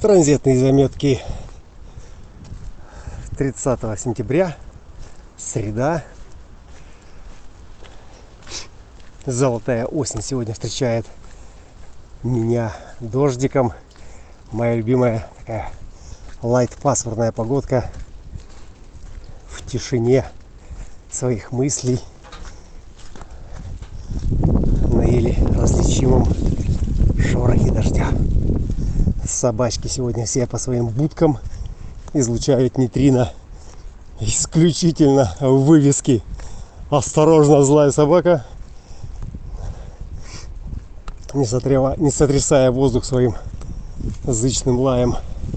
Транзитные заметки 30 сентября, среда. Золотая осень сегодня встречает меня дождиком. Моя любимая такая лайт-пасмурная погодка в тишине своих мыслей, на еле различимом шорохе дождя. Собачки сегодня все по своим будкам излучают нейтрино исключительно в вывеске «Осторожно, злая собака», не сотрясая воздух своим зычным лаем.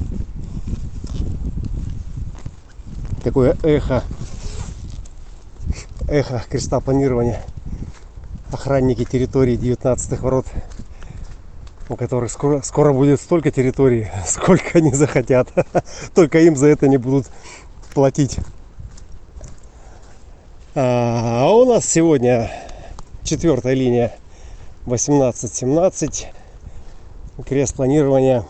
Такое эхо креста планирования. Охранники территории 19-х ворот, у которых скоро будет столько территорий, сколько они захотят. Только им за это не будут платить. А у нас сегодня 4-я линия 18-17. Крест планирования,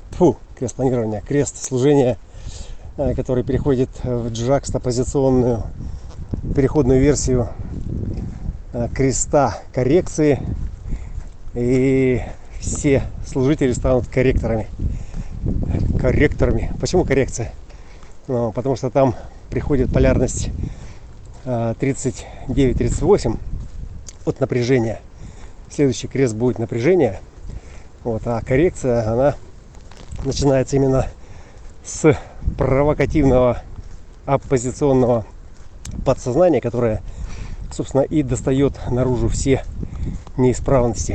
крест служения, который переходит в джакстопозиционную переходную версию креста коррекции. И все служители станут корректорами. Почему коррекция? Потому что там приходит полярность 39-38 от напряжения. Следующий крест будет напряжение. А коррекция, она начинается именно с провокативного оппозиционного подсознания, которое, собственно, и достает наружу все неисправности.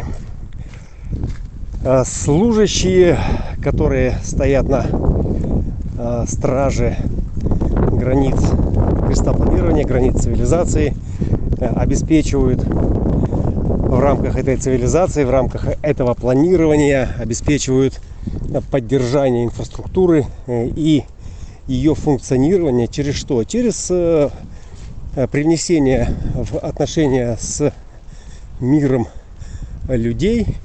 Служащие, которые стоят на страже границ креста планирования, границ цивилизации, обеспечивают в рамках этой цивилизации, в рамках этого планирования, обеспечивают поддержание инфраструктуры и ее функционирование через что? Через привнесение в отношения с миром людей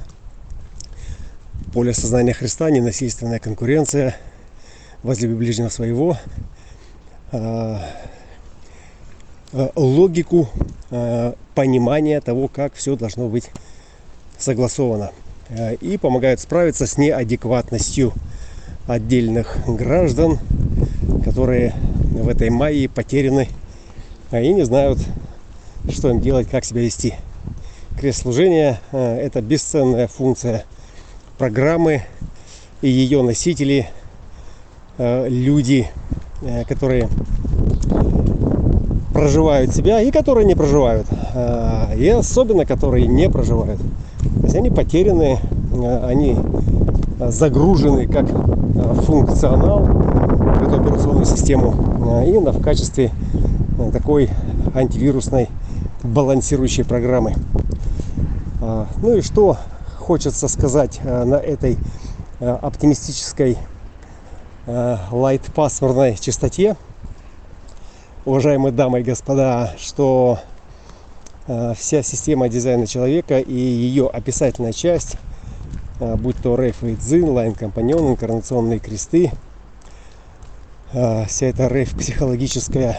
поле сознания Христа, ненасильственная конкуренция, возлюби ближнего своего, логику понимания того, как все должно быть согласовано, и помогают справиться с неадекватностью отдельных граждан, которые в этой майе потеряны и не знают, что им делать, как себя вести. Крест служения – это бесценная функция программы, и ее носители люди, которые проживают себя и которые не проживают, и особенно которые не проживают. То есть они потеряны, они загружены как функционал в эту операционную систему именно в качестве такой антивирусной балансирующей программы. Ну и что хочется сказать на этой оптимистической лайт-пасмурной частоте, уважаемые дамы и господа, что вся система дизайна человека и ее описательная часть, будь то рейф и дзин, лайн-компаньон, инкарнационные кресты, вся эта рейф-психологическая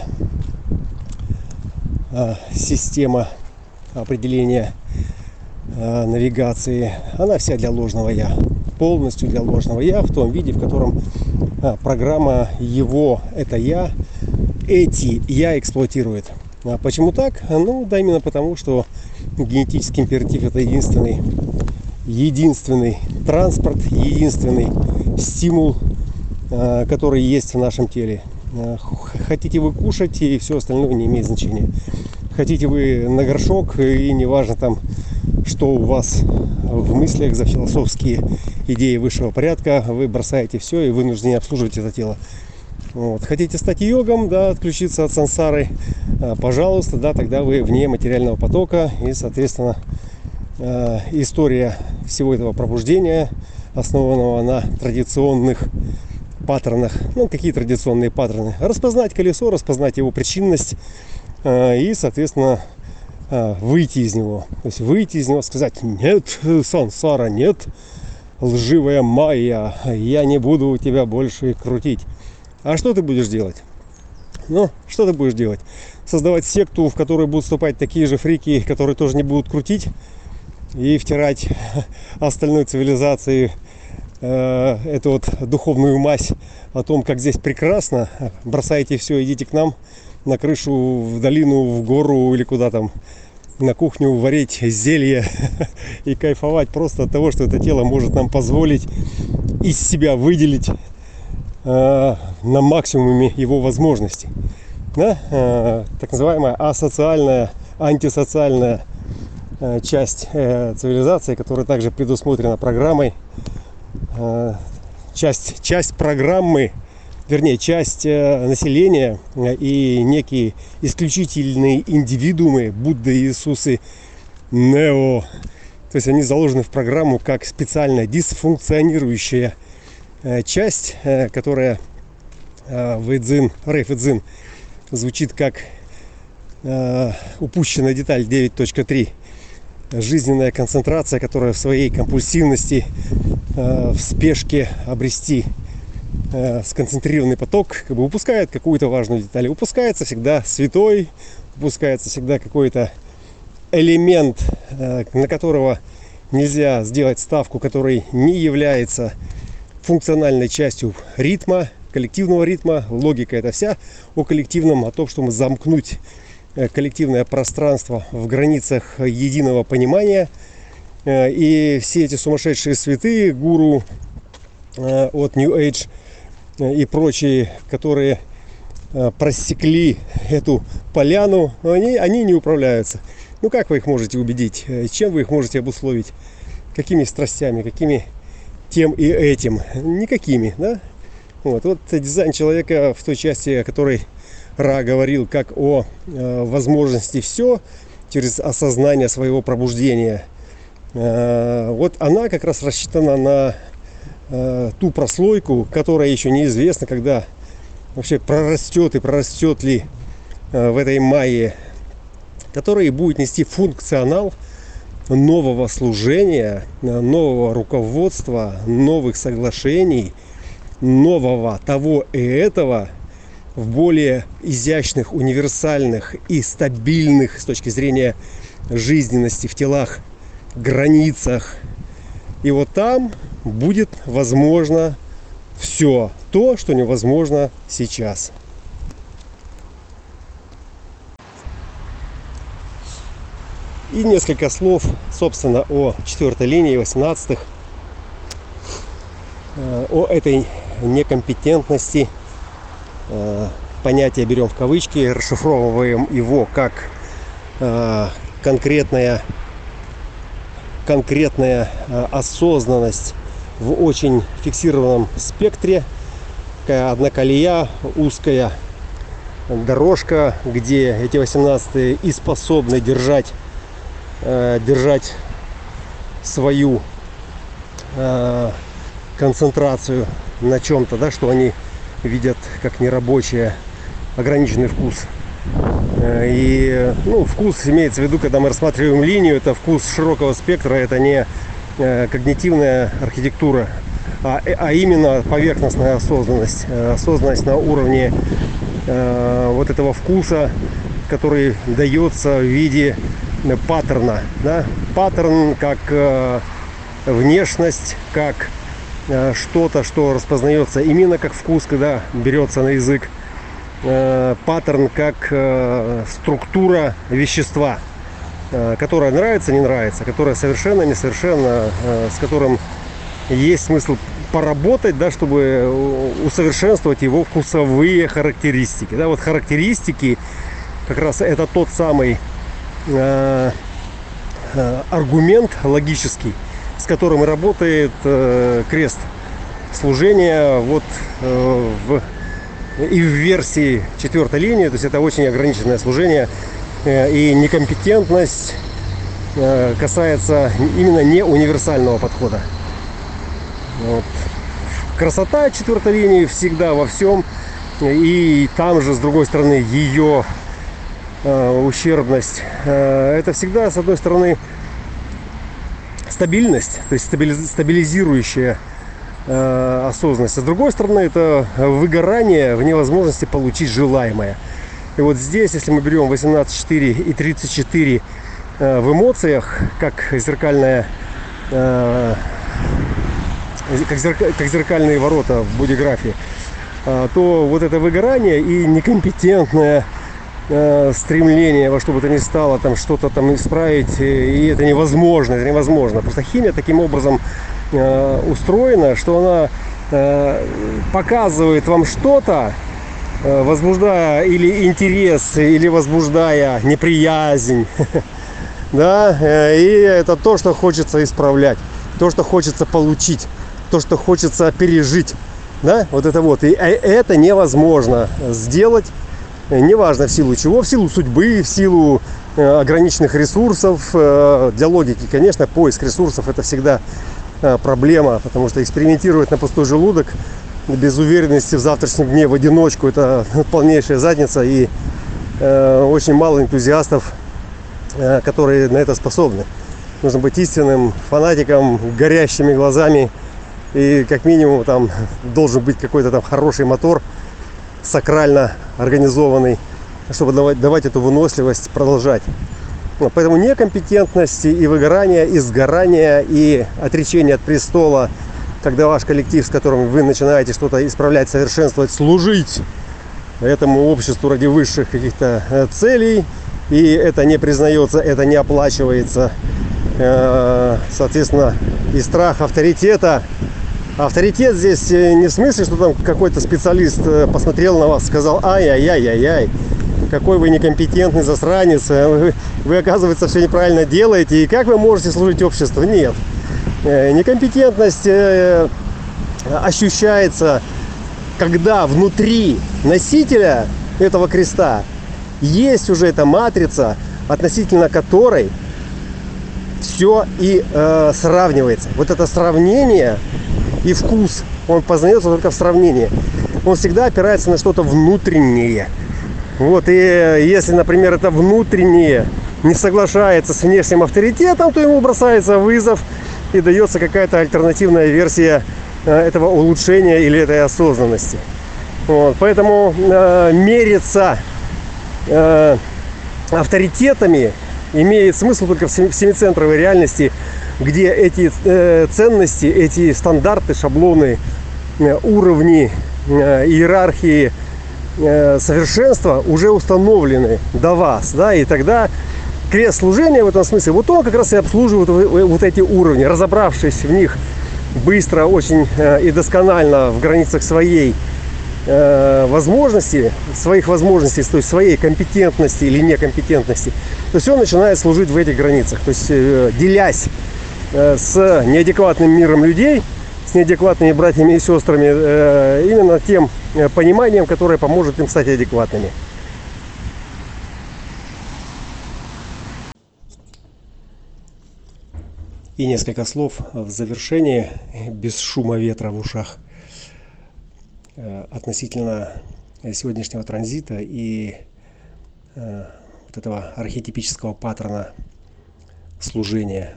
система определения навигации, она вся для ложного я, полностью для ложного я, в том виде, в котором программа его, это я, эти я эксплуатирует. Почему так? Да именно потому, что генетический императив — это единственный транспорт, единственный стимул, который есть в нашем теле. Хотите вы кушать, и все остальное не имеет значения. Хотите вы на горшок, и неважно там, что у вас в мыслях за философские идеи высшего порядка, вы бросаете все и вынуждены обслуживать это тело. Хотите стать йогом, отключиться от сансары, пожалуйста, тогда вы вне материального потока, и, соответственно, история всего этого пробуждения, основанного на традиционных паттернах. Какие традиционные паттерны? Распознать колесо, распознать его причинность и, соответственно, выйти из него. То есть выйти из него, сказать: нет, сансара, нет, лживая майя, я не буду тебя больше крутить. А что ты будешь делать? Ну, что ты будешь делать? Создавать секту, в которой будут вступать такие же фрики, которые тоже не будут крутить, и втирать остальной цивилизации эту вот духовную мазь о том, как здесь прекрасно. Бросайте все, идите к нам на крышу, в долину, в гору или куда там, на кухню варить зелье и кайфовать просто от того, что это тело может нам позволить из себя выделить на максимуме его возможностей. Да? Так называемая асоциальная, антисоциальная часть цивилизации, которая также предусмотрена программой. Часть программы, вернее, часть населения и некие исключительные индивидуумы, Будды, Иисусы, Нео. То есть они заложены в программу как специально дисфункционирующая часть, которая в Эдзин, Рейф Эдзин звучит как упущенная деталь 9.3. Жизненная концентрация, которая в своей компульсивности, в спешке обрести сконцентрированный поток, как бы упускает какую-то важную деталь. Упускается всегда святой, упускается всегда какой-то элемент, на которого нельзя сделать ставку, который не является функциональной частью ритма, коллективного ритма. Логика это вся о коллективном, о том, чтобы замкнуть коллективное пространство в границах единого понимания. И все эти сумасшедшие святые, гуру от New Age и прочие, которые просекли эту поляну, они не управляются. Ну как вы их можете убедить? Чем вы их можете обусловить? Какими страстями? Какими тем и этим? Никакими, да? Вот дизайн человека в той части, о которой Ра говорил, как о возможности все через осознание своего пробуждения. Вот она как раз рассчитана на ту прослойку, которая еще неизвестно, когда вообще прорастет и прорастет ли в этой майе, которая и будет нести функционал нового служения, нового руководства, новых соглашений, нового того и этого в более изящных, универсальных и стабильных с точки зрения жизненности в телах границах. И вот там будет возможно все то, что невозможно сейчас. И несколько слов, собственно, о 4-й линии 18-х, о этой некомпетентности. Понятие берем в кавычки, расшифровываем его как конкретная осознанность в очень фиксированном спектре. Такая одна колея, узкая дорожка, где эти 18-е и способны держать свою концентрацию на чем-то, да, что они видят как нерабочее, ограниченный вкус. И вкус имеется в виду, когда мы рассматриваем линию, это вкус широкого спектра, это не когнитивная архитектура, а именно поверхностная осознанность. Осознанность на уровне вот этого вкуса, который дается в виде паттерна. Да? Паттерн как внешность, как что-то, что распознается именно как вкус, когда берется на язык. Паттерн как структура вещества, которая нравится, не нравится, которая совершенно, несовершенно, с которым есть смысл поработать, да, чтобы усовершенствовать его вкусовые характеристики. Да, вот характеристики как раз это тот самый аргумент логический, с которым и работает крест служения и в версии 4-й линии. То есть это очень ограниченное служение, и некомпетентность касается именно не универсального подхода. Вот. Красота 4-й линии всегда во всем, и там же с другой стороны ее ущербность. Это всегда с одной стороны стабильность, то есть стабилизирующая осознанность. А с другой стороны, это выгорание в невозможности получить желаемое. И вот здесь, если мы берем 18.4 и 34 в эмоциях, как зеркальная, как зеркальные ворота в бодиграфе, то вот это выгорание и некомпетентное стремление во что бы то ни стало там что-то там исправить, и это невозможно, это невозможно. Просто химия таким образом устроена, что она показывает вам что-то, возбуждая или интерес, или возбуждая неприязнь, да, и это то, что хочется исправлять, то, что хочется получить, то, что хочется пережить, да, вот это вот, и это невозможно сделать, неважно в силу чего, в силу судьбы, в силу ограниченных ресурсов. Для логики, конечно, поиск ресурсов — это всегда проблема, потому что экспериментировать на пустой желудок без уверенности в завтрашнем дне в одиночку — это полнейшая задница, и очень мало энтузиастов, которые на это способны. Нужно быть истинным фанатиком, горящими глазами, и как минимум там должен быть какой-то там хороший мотор, сакрально организованный, чтобы давать эту выносливость продолжать. Поэтому некомпетентность и выгорание, и сгорание, и отречение от престола, когда ваш коллектив, с которым вы начинаете что-то исправлять, совершенствовать, служить этому обществу ради высших каких-то целей, и это не признается, это не оплачивается, соответственно, и страх авторитета. Авторитет здесь не в смысле, что там какой-то специалист посмотрел на вас, сказал: ай-яй-яй-яй-яй, какой вы некомпетентный засранец, вы, оказывается, все неправильно делаете, и как вы можете служить обществу? Нет. Некомпетентность ощущается, когда внутри носителя этого креста есть уже эта матрица, относительно которой все и сравнивается. Вот это сравнение и вкус, он познается только в сравнении. Он всегда опирается на что-то внутреннее. Вот, и если, например, это внутреннее не соглашается с внешним авторитетом, то ему бросается вызов и дается какая-то альтернативная версия этого улучшения или этой осознанности. Вот, поэтому мериться авторитетами имеет смысл только в семицентровой реальности, где эти ценности, эти стандарты, шаблоны, уровни, иерархии совершенства уже установлены до вас, да, и тогда крест служения в этом смысле, вот он как раз и обслуживает вот эти уровни, разобравшись в них быстро, очень и досконально в границах своей возможности, своих возможностей, то есть своей компетентности или некомпетентности, то есть он начинает служить в этих границах, то есть делясь с неадекватным миром людей, с неадекватными братьями и сестрами, именно тем пониманием, которое поможет им стать адекватными. И несколько слов в завершение, без шума ветра в ушах, относительно сегодняшнего транзита и вот этого архетипического паттерна служения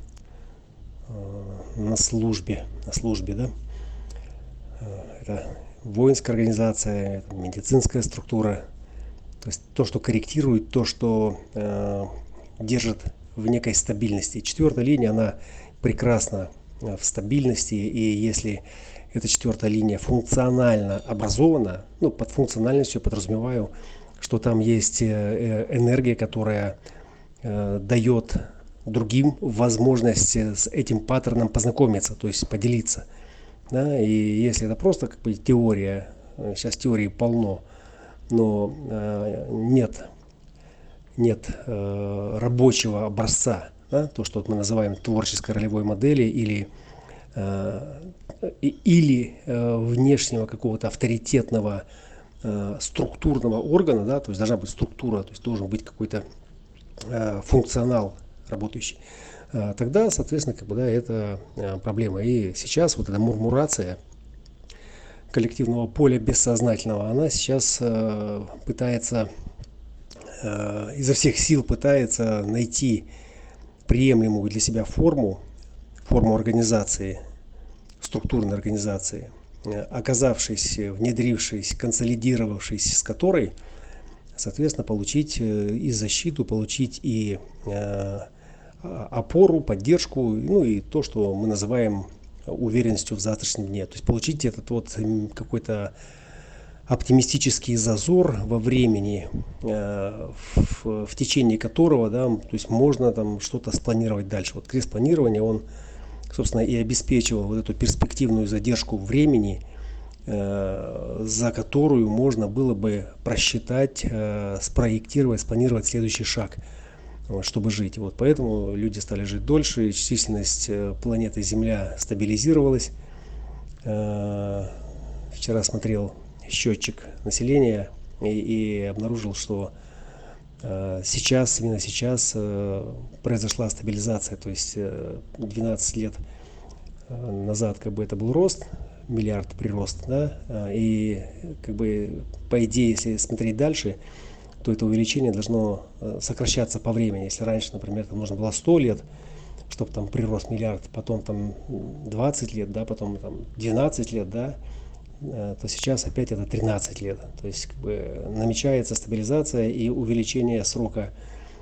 на службе, да? Это воинская организация, это медицинская структура, то есть то, что корректирует, то, что держит в некой стабильности. Четвертая линия, она прекрасна в стабильности, и если эта четвертая линия функционально образована, ну, под функциональностью подразумеваю, что там есть энергия, которая дает другим возможность с этим паттерном познакомиться, то есть поделиться. Да? И если это просто как бы теория, сейчас теории полно, но нет рабочего образца, да? То, что мы называем творческой ролевой модели или внешнего какого-то авторитетного структурного органа, да, то есть должна быть структура, то есть должен быть какой-то функционал работающий, тогда, соответственно, как бы, да, это проблема. И сейчас вот эта мурмурация коллективного поля бессознательного, она сейчас пытается изо всех сил пытается найти приемлемую для себя форму, форму организации, структурной организации, оказавшись, внедрившись, консолидировавшись с которой, соответственно, получить и защиту, получить и опору, поддержку, ну и то, что мы называем уверенностью в завтрашнем дне. То есть получить этот вот какой-то оптимистический зазор во времени, в течение которого, да, то есть можно там что-то спланировать дальше. Вот крест планирования, он, собственно, и обеспечивал вот эту перспективную задержку времени, за которую можно было бы просчитать, спроектировать, спланировать следующий шаг, чтобы жить. Вот поэтому люди стали жить дольше, численность планеты Земля стабилизировалась. Вчера смотрел счетчик населения и обнаружил, что сейчас, именно сейчас произошла стабилизация. То есть 12 лет назад как бы это был рост, миллиард прирост, да, и как бы по идее, если смотреть дальше, то это увеличение должно сокращаться по времени. Если раньше, например, там нужно было 100 лет, чтобы там прирост миллиард, потом там 20 лет, да, потом там 12 лет, да, то сейчас опять это 13 лет. То есть как бы намечается стабилизация и увеличение срока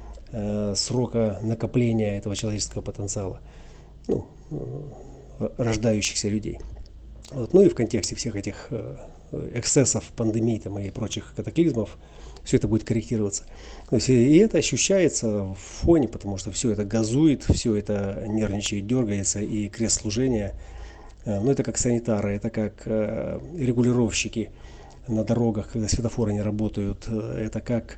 накопления этого человеческого потенциала, ну, рождающихся людей. Вот. Ну и в контексте всех этих эксцессов, пандемий там, и прочих катаклизмов все это будет корректироваться. То есть, и это ощущается в фоне, потому что все это газует, все это нервничает, дергается, и крест служения, ну это как санитары, это как регулировщики на дорогах, когда светофоры не работают, это как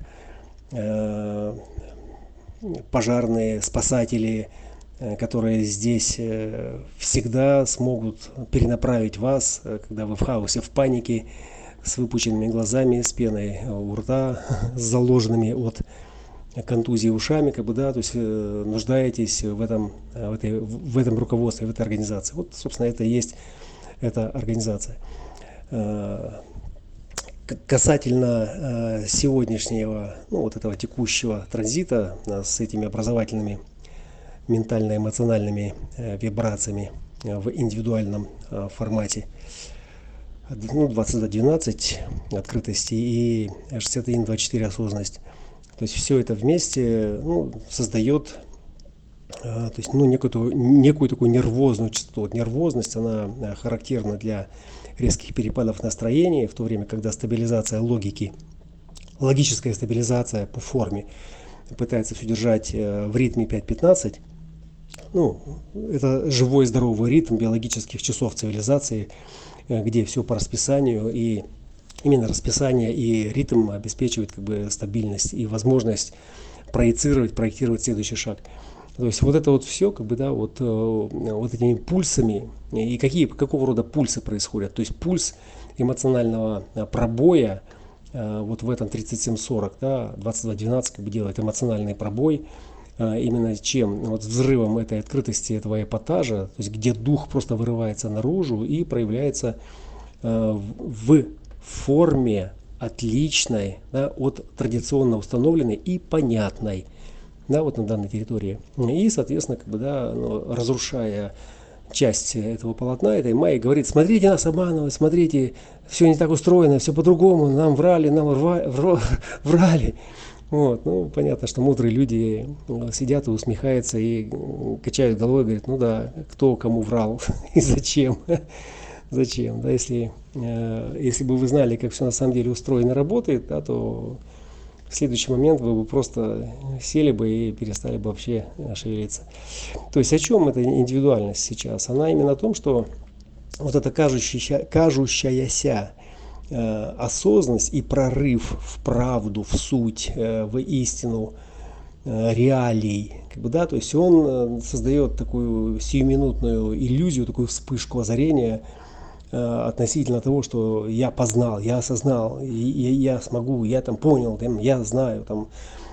пожарные, спасатели, которые здесь всегда смогут перенаправить вас, когда вы в хаосе, в панике, с выпученными глазами, с пеной у рта, с заложенными от контузии ушами, как бы, да, то есть нуждаетесь в этом руководстве, в этой организации. Вот, собственно, это и есть эта организация. Касательно сегодняшнего, ну, вот этого текущего транзита с этими образовательными ментально-эмоциональными вибрациями в индивидуальном формате, ну, 2212 открытости и 6124 осознанность. То есть все это вместе, ну, создает, то есть, ну, некую такую нервозную частоту. Вот нервозность, она характерна для резких перепадов настроения, в то время, когда стабилизация логики, логическая стабилизация по форме пытается все держать в ритме 5-15, ну, это живой здоровый ритм биологических часов цивилизации, где все по расписанию, и именно расписание и ритм обеспечивают как бы стабильность и возможность проектировать следующий шаг. То есть вот это вот все, как бы, да, вот этими пульсами, и какого рода пульсы происходят. То есть пульс эмоционального пробоя вот в этом 3740, да, 2212 как бы делает эмоциональный пробой, именно чем? Вот взрывом этой открытости, этого эпатажа, то есть где дух просто вырывается наружу и проявляется в форме отличной, да, от традиционно установленной и понятной, да, вот на данной территории. И, соответственно, как бы, да, ну, разрушая часть этого полотна, этой майи, говорит: смотрите, нас обманывают, смотрите, все не так устроено, все по-другому, нам врали, врали. Вот, ну, понятно, что мудрые люди сидят и усмехаются и качают головой, говорят: ну да, кто кому врал и зачем. Зачем? Да, если бы вы знали, как все на самом деле устроено и работает, да, то в следующий момент вы бы просто сели бы и перестали бы вообще шевелиться. То есть о чем эта индивидуальность сейчас? Она именно о том, что вот эта кажущаяся осознанность и прорыв в правду, в суть, в истину реалий, как бы, да, то есть он создает такую сиюминутную иллюзию, такую вспышку озарения относительно того, что я познал, я осознал, я смогу, я там понял, я знаю, там,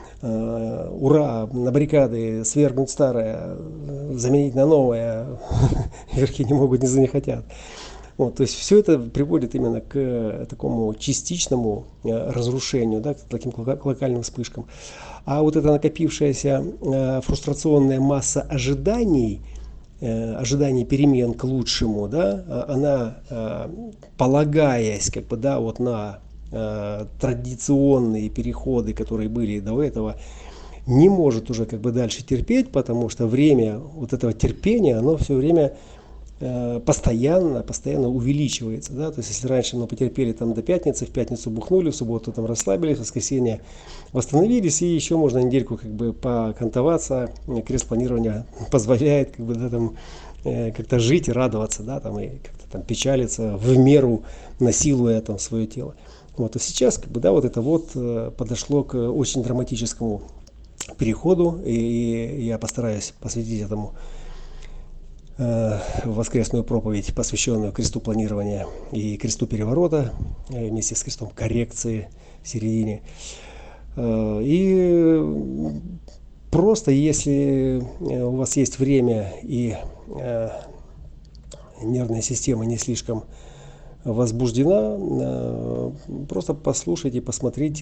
ура, на баррикады, свергнуть старое, заменить на новое, верхи не могут, не захотят. Вот, то есть все это приводит именно к такому частичному разрушению, да, к таким локальным вспышкам. А вот эта накопившаяся фрустрационная масса ожиданий, ожидание перемен к лучшему, да, она, полагаясь как бы, да, вот на традиционные переходы, которые были до этого, не может уже как бы дальше терпеть, потому что время вот этого терпения, оно все время постоянно увеличивается, да, то есть если раньше мы потерпели там до пятницы, в пятницу бухнули, в субботу там расслабились, в воскресенье восстановились, и еще можно недельку как бы покантоваться, крест-планирование позволяет как бы, да, там, как-то жить и радоваться, да, там, и как-то там печалиться в меру, насилуя там свое тело. Вот, а сейчас как бы, да, вот это вот подошло к очень драматическому переходу, и я постараюсь посвятить этому воскресную проповедь, посвященную кресту планирования и кресту переворота, вместе с крестом коррекции в середине. И просто если у вас есть время и нервная система не слишком возбуждена, просто послушайте, посмотрите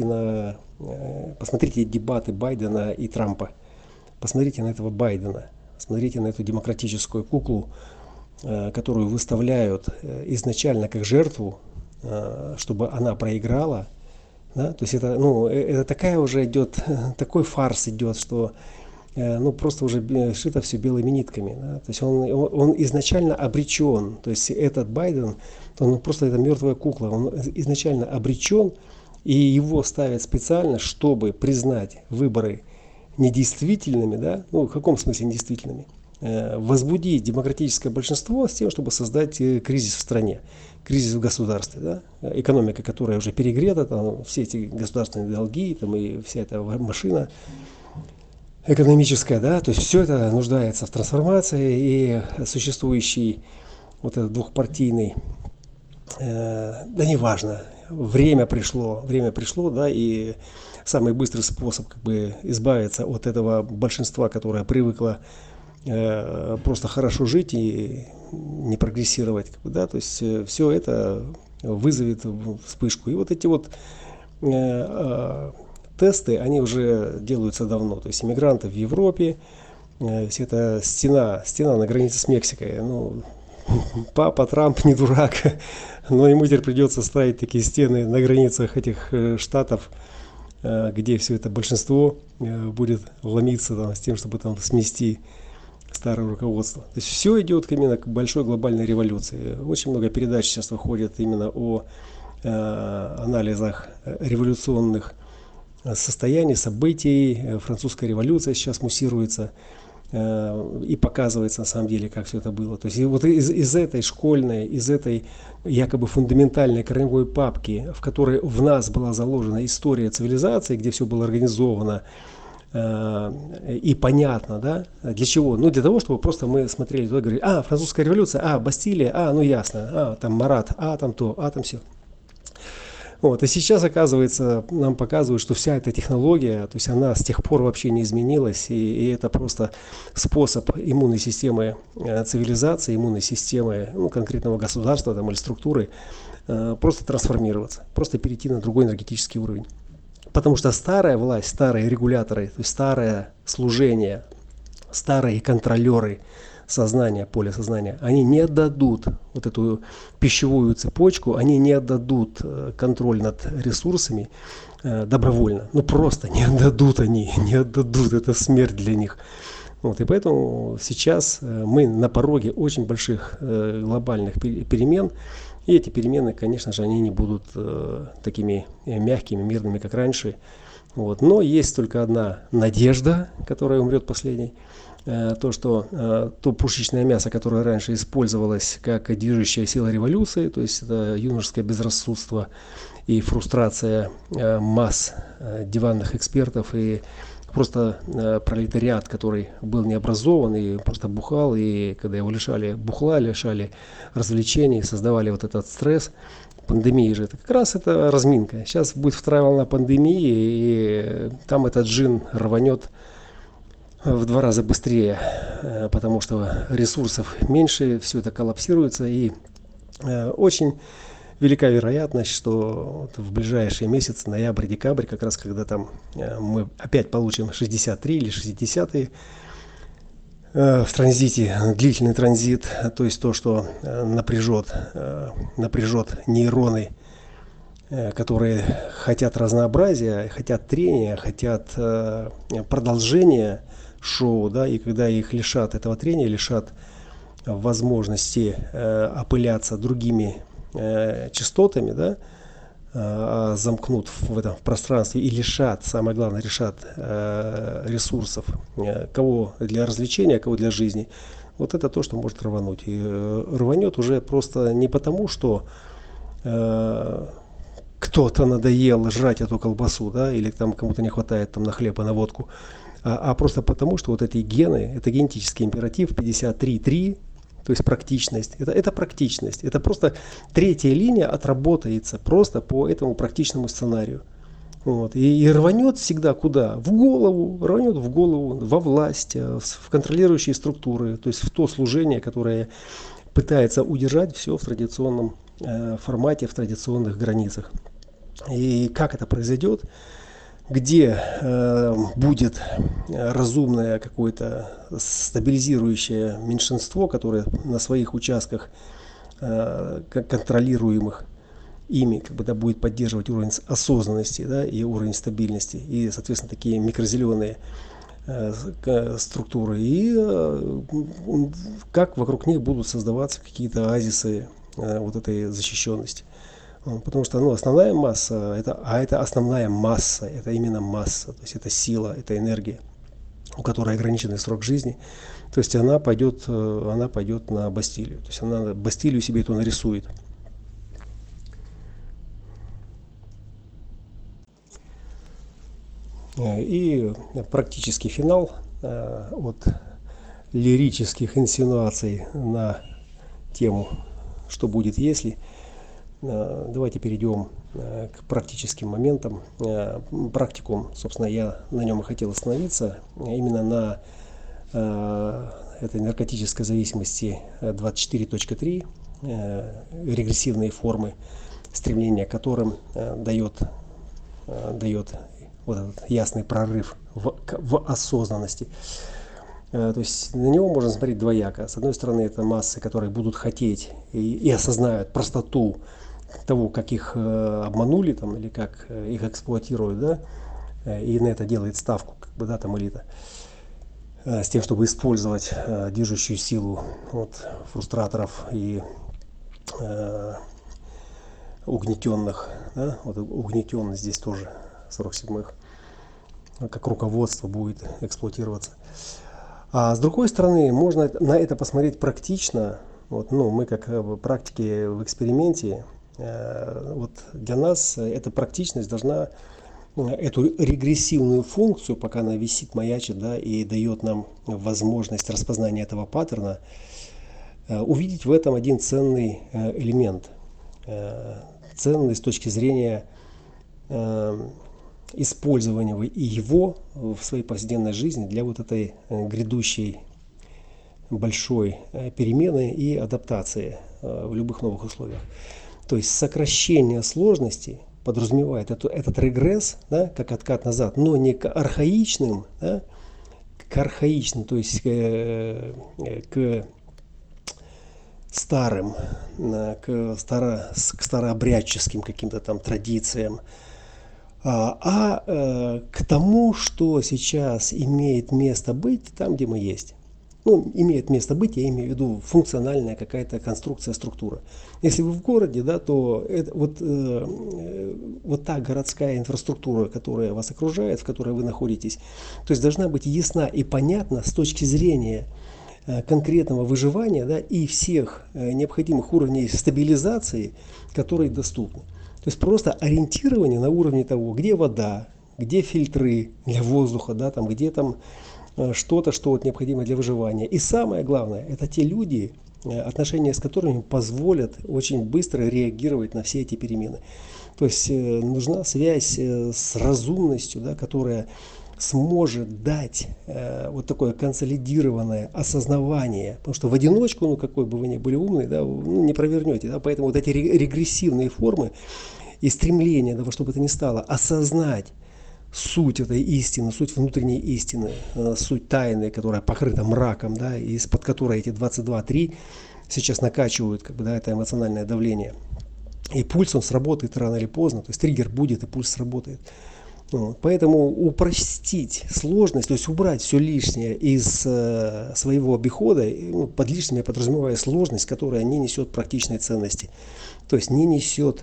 дебаты Байдена и Трампа. Посмотрите на этого Байдена. Смотрите на эту демократическую куклу, которую выставляют изначально как жертву, чтобы она проиграла. Да? То есть это такая уже идет, такой фарс идет, что просто уже шито все белыми нитками. Да? То есть он изначально обречен. То есть этот Байден, он просто это мертвая кукла. Он изначально обречен, и его ставят специально, чтобы признать выборы недействительными, да, в каком смысле недействительными, возбудить демократическое большинство с тем, чтобы создать кризис в стране, кризис в государстве, да, экономика, которая уже перегрета, там, все эти государственные долги, там, и вся эта машина экономическая, да, то есть все это нуждается в трансформации, и существующий вот этот двухпартийный, да неважно, время пришло, да, и самый быстрый способ как бы избавиться от этого большинства, которое привыкло просто хорошо жить и не прогрессировать, как бы, да, то есть все это вызовет вспышку. И вот эти вот тесты, они уже делаются давно, то есть иммигранты в Европе, вся эта стена на границе с Мексикой, папа Трамп не дурак, но ему теперь придется ставить такие стены на границах этих штатов, где все это большинство будет ломиться там, с тем, чтобы там смести старое руководство. То есть все идет именно к большой глобальной революции. Очень много передач сейчас выходит именно о анализах революционных состояний, событий. Французская революция сейчас муссируется и показывается на самом деле, как все это было. То есть вот из этой школьной, из этой якобы фундаментальной корневой папки, в которой в нас была заложена история цивилизации, где все было организовано и понятно, да, для чего? Для того, чтобы просто мы смотрели туда и говорили, французская революция, Бастилия, ясно, там Марат, там то, там все. Вот, и сейчас, оказывается, нам показывают, что вся эта технология, то есть она с тех пор вообще не изменилась, и это просто способ иммунной системы цивилизации, иммунной системы конкретного государства там, или структуры просто трансформироваться, просто перейти на другой энергетический уровень. Потому что старая власть, старые регуляторы, то есть старое служение, старые контролеры сознания, поля сознания, они не отдадут вот эту пищевую цепочку, они не отдадут контроль над ресурсами добровольно. Просто не отдадут они, не отдадут, это смерть для них. Вот, и поэтому сейчас мы на пороге очень больших глобальных перемен. И эти перемены, конечно же, они не будут такими мягкими, мирными, как раньше. Вот. Но есть только одна надежда, которая умрет последней. То пушечное мясо, которое раньше использовалось как движущая сила революции, то есть это юношеское безрассудство и фрустрация масс диванных экспертов и просто пролетариат, который был необразован и просто бухал, и когда его лишали развлечений, создавали вот этот стресс. Пандемии же, это как раз это разминка. Сейчас будет вторая волна пандемии, и там этот джин рванет в 2 раза быстрее, потому что ресурсов меньше, все это коллапсируется, и очень велика вероятность, что в ближайшие месяцы, ноябрь-декабрь, как раз когда там мы опять получим 63 или 60-е в транзите, длительный транзит, то есть то, что напряжет нейроны, которые хотят разнообразия, хотят трения, хотят продолжения шоу, да, и когда их лишат этого трения, лишат возможности опыляться другими частотами, да, замкнут в этом пространстве и лишат, самое главное, лишат ресурсов, кого для развлечения, кого для жизни. Вот это то, что может рвануть. И рванет уже просто не потому, что кто-то надоел жрать эту колбасу, да, или там кому-то не хватает там на хлеб и на водку, а просто потому, что вот эти гены, это генетический императив 53.3, то есть практичность, это практичность, это просто третья линия отработается просто по этому практичному сценарию. Вот. И рванет всегда куда? В голову, рванет в голову, во власть, в контролирующие структуры, то есть в то служение, которое пытается удержать все в традиционном формате, в традиционных границах. И как это произойдет? Где будет разумное какое-то стабилизирующее меньшинство, которое на своих участках контролируемых ими да, будет поддерживать уровень осознанности, да, и уровень стабильности, и, соответственно, такие микрозеленые структуры, и как вокруг них будут создаваться какие-то оазисы вот этой защищенности. Потому что основная масса, это основная масса, это именно масса, то есть это сила, это энергия, у которой ограниченный срок жизни. То есть она пойдет на Бастилию, то есть она Бастилию себе эту нарисует. И практический финал от лирических инсинуаций на тему «Что будет, если?». Давайте перейдем к практическим моментам. Практикум, собственно, я на нем и хотел остановиться, именно на этой наркотической зависимости 24.3, регрессивные формы, стремления к которым дает вот этот ясный прорыв в осознанности. То есть на него можно смотреть двояко. С одной стороны, это массы, которые будут хотеть и осознают простоту того, как их обманули там, или как их эксплуатируют, да, и на это делает ставку да, там элита, с тем, чтобы использовать движущую силу фрустраторов и угнетенных, да, вот угнетенность здесь тоже 47-х, как руководство будет эксплуатироваться. А с другой стороны, можно на это посмотреть практично. Мы как практики в эксперименте, для нас эта практичность должна эту регрессивную функцию, пока она висит, маячит, да, и дает нам возможность распознания этого паттерна, увидеть в этом один ценный элемент. Ценный с точки зрения использования его в своей повседневной жизни для вот этой грядущей большой перемены и адаптации в любых новых условиях. То есть сокращение сложностей подразумевает этот регресс, да, как откат назад, но не к архаичным, да, к архаичным, то есть к старым, к старообрядческим каким-то там традициям, к тому, что сейчас имеет место быть там, где мы есть. Имеет место быть, я имею в виду функциональная какая-то конструкция, структура. Если вы в городе, да, то это, вот та городская инфраструктура, которая вас окружает, в которой вы находитесь, то есть должна быть ясна и понятна с точки зрения конкретного выживания, да, и всех необходимых уровней стабилизации, которые доступны. То есть просто ориентирование на уровне того, где вода, где фильтры для воздуха, да, там, где там что-то, что необходимо для выживания. И самое главное, это те люди, отношения с которыми позволят очень быстро реагировать на все эти перемены. То есть нужна связь с разумностью, да, которая сможет дать вот такое консолидированное осознавание. Потому что в одиночку, какой бы вы ни были умный, да, не провернете. Да, поэтому вот эти регрессивные формы и стремление, да, во что бы то ни стало, осознать суть этой истины, суть внутренней истины, суть тайны, которая покрыта мраком, да, из-под которой эти 22-3 сейчас накачивают как бы, да, это эмоциональное давление. И пульс, он сработает рано или поздно, то есть триггер будет, и пульс сработает. Вот. Поэтому упростить сложность, то есть убрать все лишнее из своего обихода, ну, под лишним я подразумеваю сложность, которая не несет практичной ценности. То есть не несет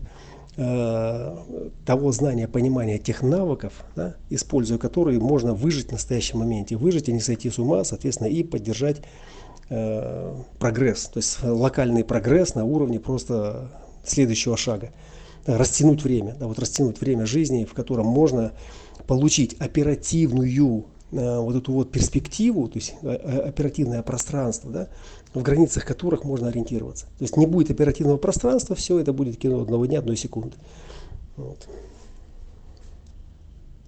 того знания, понимания тех навыков, да, используя которые можно выжить в настоящем моменте. Выжить и не сойти с ума, соответственно, и поддержать прогресс. То есть локальный прогресс на уровне просто следующего шага. Растянуть время, да, вот растянуть время жизни, в котором можно получить оперативную вот эту вот перспективу, то есть оперативное пространство, да, в границах которых можно ориентироваться. То есть не будет оперативного пространства, все это будет кино одного дня, одной секунды. Вот.